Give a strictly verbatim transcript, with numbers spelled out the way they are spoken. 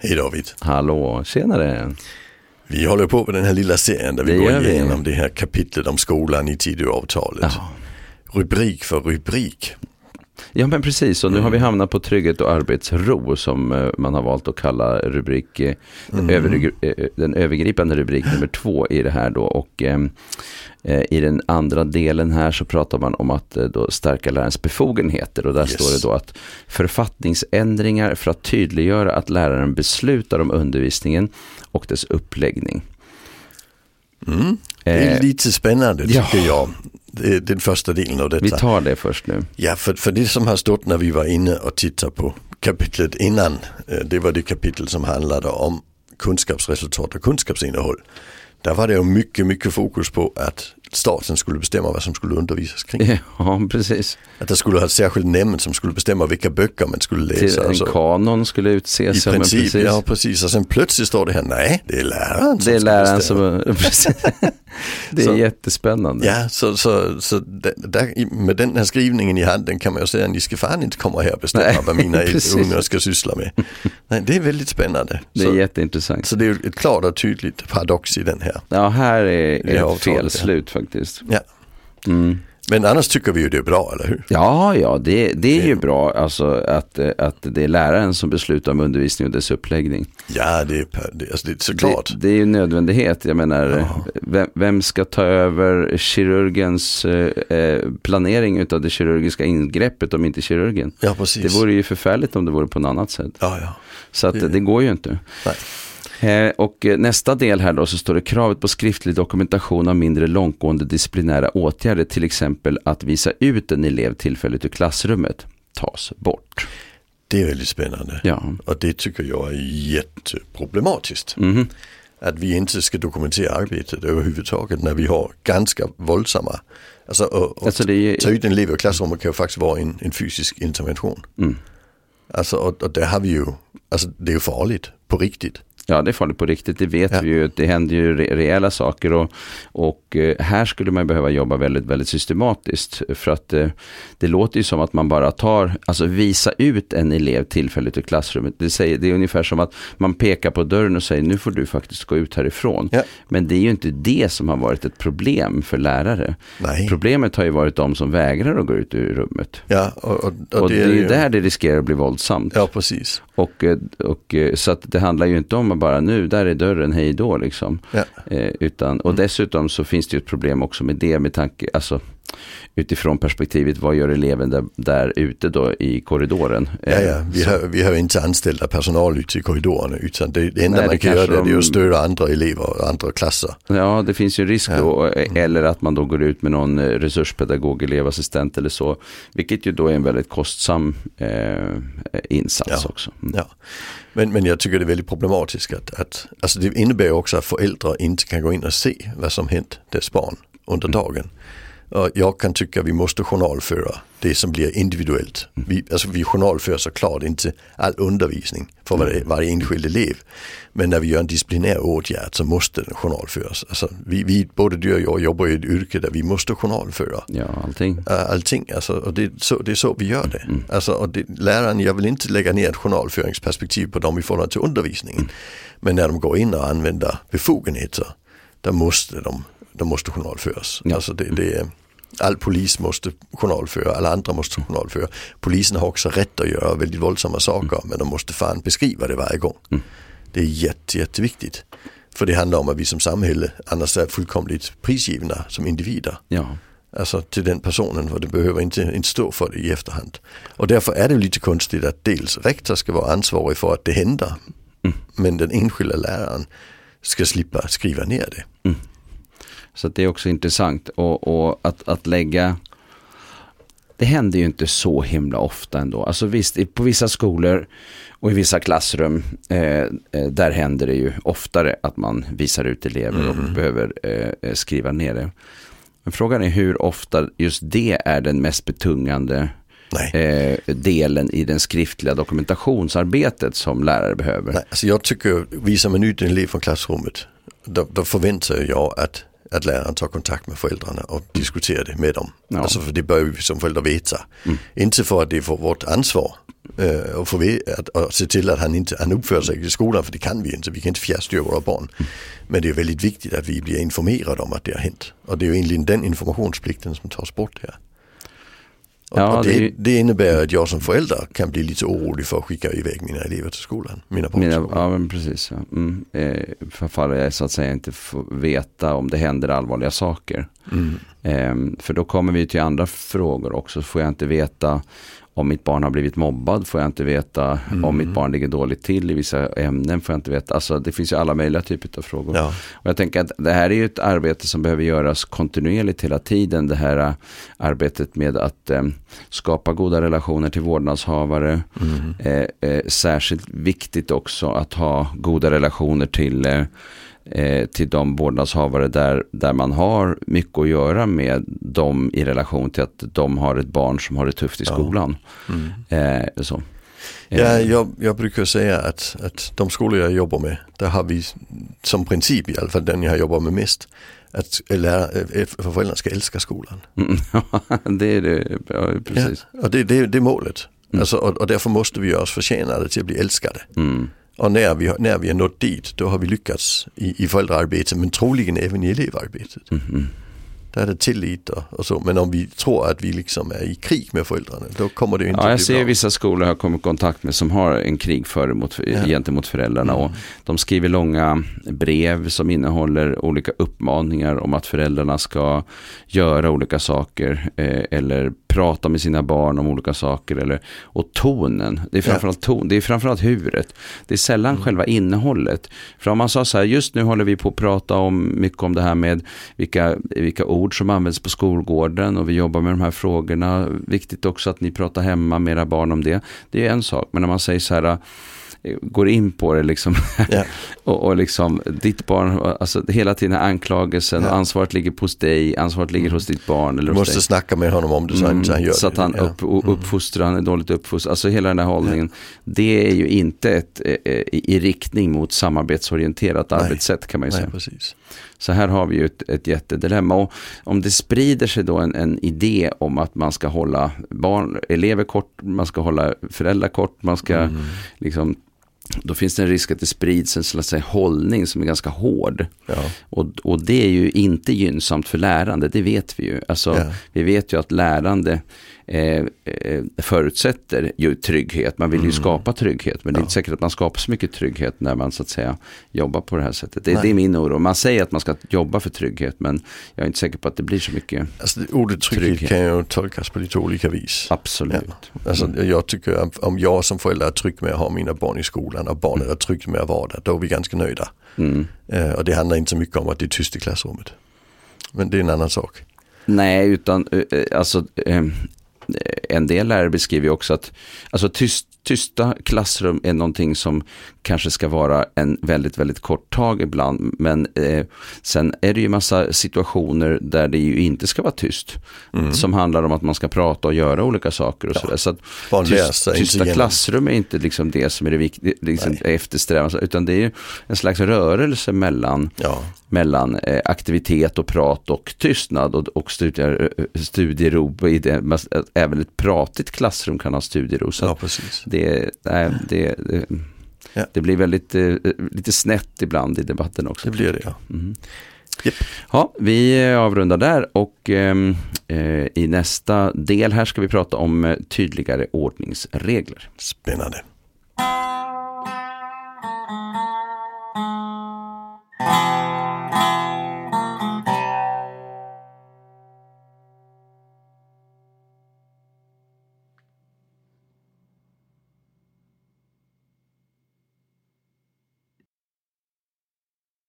Hej David. Hallå, tjenare. Vi håller på med den här lilla serien där vi det går vi. igenom det här kapitlet om skolan i Tidöavtalet. Ja. Rubrik för rubrik. Ja men precis, och nu mm. har vi hamnat på trygghet och arbetsro som man har valt att kalla rubrik, mm. den, över, den övergripande rubrik nummer två i det här då. Och eh, i den andra delen här så pratar man om att då stärka lärarens befogenheter, och där yes. står det då att författningsändringar för att tydliggöra att läraren beslutar om undervisningen och dess uppläggning. Mm. Det är eh, lite spännande tycker ja. jag. Det är den första delen av detta. Vi tar det först nu. Ja, för, för det som har stått när vi var inne och tittade på kapitlet innan, det var det kapitel som handlade om kunskapsresultat och kunskapsinnehåll. Där var det ju mycket, mycket fokus på att staten skulle bestämma vad som skulle undervisas kring. Ja, precis. Att det skulle ha ett särskilt nämnd som skulle bestämma vilka böcker man skulle läsa. Till en alltså. kanon skulle utses. I princip, precis. ja precis. Och sen plötsligt står det här, nej, det är läraren det är som läraren som Det är så, jättespännande. Ja, så, så, så där, med den här skrivningen i handen kan man ju säga att ni ska fan inte komma här och bestämma nej, vad mina unga ska syssla med. Nej, det är väldigt spännande. Det är så, jätteintressant. Så det är ett klart och tydligt paradox i den här. Ja, här är det ett fel slut faktiskt. Ja. Mm. Men annars tycker vi ju det är bra, eller hur? Ja, ja, det, det är ju bra alltså, att, att det är läraren som beslutar om undervisning och dess uppläggning. Ja, det är, det, alltså, det är såklart. Det, det är ju nödvändighet. Jag menar, ja. vem, vem ska ta över kirurgens eh, planering utav det kirurgiska ingreppet om inte kirurgen? Ja, precis. Det vore ju förfärligt om det vore på något annat sätt. Ja, ja. Så att det, det går ju inte. Nej. Och nästa del här då så står det kravet på skriftlig dokumentation av mindre långtgående disciplinära åtgärder, till exempel att visa ut en elev tillfälligt ur klassrummet, tas bort. Det är väldigt spännande. Ja. Och det tycker jag är jätteproblematiskt. Mm-hmm. Att vi inte ska dokumentera arbetet överhuvudtaget när vi har ganska våldsamma. Alltså, och, och alltså det är... ta ut en elev ur klassrummet kan ju faktiskt vara en, en fysisk intervention. Mm. Alltså, och, och där har vi ju, alltså det är ju farligt på riktigt. Ja, det är farligt på riktigt, det vet ja. vi ju. Det händer ju re- rejäla saker och, och eh, här skulle man behöva jobba väldigt, väldigt systematiskt, för att eh, det låter ju som att man bara tar, alltså visa ut en elev tillfälligt i klassrummet. Det, säger, det är ungefär som att man pekar på dörren och säger nu får du faktiskt gå ut härifrån. Ja. Men det är ju inte det som har varit ett problem för lärare. Nej. Problemet har ju varit de som vägrar att gå ut ur rummet. Ja, och, och, och, och det, det är ju ju där det riskerar att bli våldsamt. Ja, precis. Och, och, så att det handlar ju inte om att bara nu, där är dörren, hej då liksom. Ja. Eh, utan, och mm. dessutom så finns det ju ett problem också med det, med tanke, alltså utifrån perspektivet, vad gör eleven där, där ute då i korridoren? Ja, ja. Vi, har, vi har inte anställda personal ute i korridorerna, utan det, det enda Nej, man det kan göra det, det är att störa andra elever och andra klasser. Ja, det finns ju risk ja. då, eller att man då går ut med någon resurspedagog, elevassistent eller så, vilket ju då är en väldigt kostsam eh, insats ja. också. Mm. Ja. Men, men jag tycker det är väldigt problematiskt att, att alltså det innebär också att föräldrar inte kan gå in och se vad som hänt dess barn under mm. dagen. Och jag kan tycka att vi måste journalföra det som blir individuellt. Vi, alltså vi journalför såklart inte all undervisning för varje, varje enskild elev. Men när vi gör en disciplinär åtgärd så måste den journalföras. Alltså vi, vi, både du och jag jobbar i ett yrke där vi måste journalföra. Ja, allting. Uh, allting, alltså, och det är, så, det är så vi gör det. Mm. Alltså, och det, läraren, jag vill inte lägga ner ett journalföringsperspektiv på dem i förhållande till undervisningen. Mm. Men när de går in och använder befogenheter, då måste de, de måste journalföras. Ja. Alltså det, det är... All polis måste journalföra, alla andra måste journalföra. Polisen har också rätt att göra väldigt våldsamma saker, mm. men de måste fan beskriva det varje gång. Mm. Det är jätte, jätteviktigt. För det handlar om att vi som samhälle annars är fullkomligt prisgivna som individer. Ja. Alltså till den personen, och det behöver inte, inte stå för det i efterhand. Och därför är det lite konstigt att dels rektor ska vara ansvarig för att det händer, mm. men den enskilda läraren ska slippa skriva ner det. Mm. Så det är också intressant och, och att, att lägga, det händer ju inte så himla ofta ändå. Alltså visst, på vissa skolor och i vissa klassrum eh, där händer det ju oftare att man visar ut elever mm. och behöver eh, skriva ner det. Men frågan är hur ofta just det är den mest betungande eh, delen i den skriftliga dokumentationsarbetet som lärare behöver. Nej, alltså jag tycker, visar man ut en elev från klassrummet, då, då förväntar jag att att läraren tar kontakt med föräldrarna och diskuterar det med dem. Ja. Alltså för det bör vi som föräldrar veta. Mm. Inte för att det är för vårt ansvar uh, och, för att, att se till att han inte han uppför sig i skolan, för det kan vi inte. Vi kan inte fjärrstyra våra barn. Mm. Men det är väldigt viktigt att vi blir informerade om att det har hänt. Och det är ju egentligen den informationsplikten som tas bort här. Och, ja, och det, det, det innebär att jag som förälder kan bli lite orolig för att skicka iväg mina elever till skolan. Mina barn till skolan. Ja, men precis. Ja. Mm. Eh, för fall jag så att säga inte får veta om det händer allvarliga saker. Mm. Eh, för då kommer vi till andra frågor också. Får jag inte veta om mitt barn har blivit mobbad, får jag inte veta mm. om mitt barn ligger dåligt till i vissa ämnen, får jag inte veta. Alltså det finns ju alla möjliga typer av frågor. Ja. Och jag tänker att det här är ju ett arbete som behöver göras kontinuerligt hela tiden. Det här uh, arbetet med att um, skapa goda relationer till vårdnadshavare. Mm. Eh, eh, särskilt viktigt också att ha goda relationer till eh, Eh, till de vårdnadshavare där, där man har mycket att göra med dem i relation till att de har ett barn som har det tufft i skolan. Ja. Mm. Eh, så. Ja, jag, jag brukar säga att, att de skolor jag jobbar med, där har vi som princip, i alla fall den jag jobbar med mest, att lära, föräldrarna ska älska skolan. Mm. det är det, ja, precis. Ja, och det, det, det är målet. Mm. Alltså, och, och därför måste vi göra oss förtjänade till att bli älskade. Mm. Och när vi, när vi har nått dit, då har vi lyckats i, i föräldraarbetet, men troligen även i elevarbetet. Mm-hmm. Där är det tillit och, och så. Men om vi tror att vi liksom är i krig med föräldrarna, då kommer det ju inte ja, jag bli ser bra. Vissa skolor har kommit i kontakt med som har en krigföring mot, ja. gentemot föräldrarna. Mm. Och de skriver långa brev som innehåller olika uppmaningar om att föräldrarna ska göra olika saker eh, eller prata med sina barn om olika saker. Eller, och tonen, det är framförallt, ton, det är framförallt huvudet. Det är sällan mm. själva innehållet. För om man sa så här, just nu håller vi på att prata om mycket om det här med vilka, vilka ord som används på skolgården och vi jobbar med de här frågorna. Viktigt också att ni pratar hemma med era barn om det. Det är en sak, men när man säger så här, går in på det liksom yeah. och, och liksom ditt barn, alltså hela tiden anklagelsen yeah. och ansvaret ligger hos dig, ansvaret ligger mm. hos ditt barn eller du måste dig. snacka med honom om det så, mm. så han gör så att han det. upp, mm. uppfostrar, han är dåligt uppfostrad, alltså hela den här hållningen yeah. det är ju inte ett eh, i riktning mot samarbetsorienterat Nej. arbetssätt kan man ju Nej, säga. Precis. Så här har vi ju ett, ett jättedilemma. Och om det sprider sig då en, en idé om att man ska hålla barn, elever kort, man ska hålla föräldrar kort, man ska mm. liksom, då finns det en risk att det sprids en slags hållning som är ganska hård. Ja. Och, och det är ju inte gynnsamt för lärande, det vet vi ju. Alltså, ja. Vi vet ju att lärande eh, eh, förutsätter ju trygghet. Man vill ju mm. skapa trygghet, men ja. det är inte säkert att man skapar så mycket trygghet när man så att säga jobbar på det här sättet. Det, det är min oro. Man säger att man ska jobba för trygghet, men jag är inte säker på att det blir så mycket alltså, ordet trygghet, trygghet kan ju tolkas på lite olika vis. Absolut. Ja. Alltså, mm. Jag tycker att om jag som förälder är trygg med att ha mina barn i skolan och barnet mm. är tryggt med att vara där, då är vi ganska nöjda. Mm. Eh, och det handlar inte så mycket om att det är tyst i klassrummet. Men det är en annan sak. Nej, utan eh, alltså eh, en del lärare beskriver också att alltså tyst, tysta klassrum är någonting som kanske ska vara en väldigt, väldigt kort tag ibland. Men eh, sen är det ju massa situationer där det ju inte ska vara tyst. Mm. Som handlar om att man ska prata och göra olika saker och ja. sådär. Så att tyst, tysta klassrum är inte liksom det som är det viktiga, liksom eftersträvans, utan det är ju en slags rörelse mellan, ja. mellan eh, aktivitet och prat och tystnad och, och studier, studiero i det. Även ett pratigt klassrum kan ha studiero. Så ja, precis. Det, nej, det, det, ja. det blir väldigt eh, lite snett ibland i debatten också. Det blir det, ja. Mm. Yep. Ja, vi avrundar där och eh, i nästa del här ska vi prata om tydligare ordningsregler. Spännande.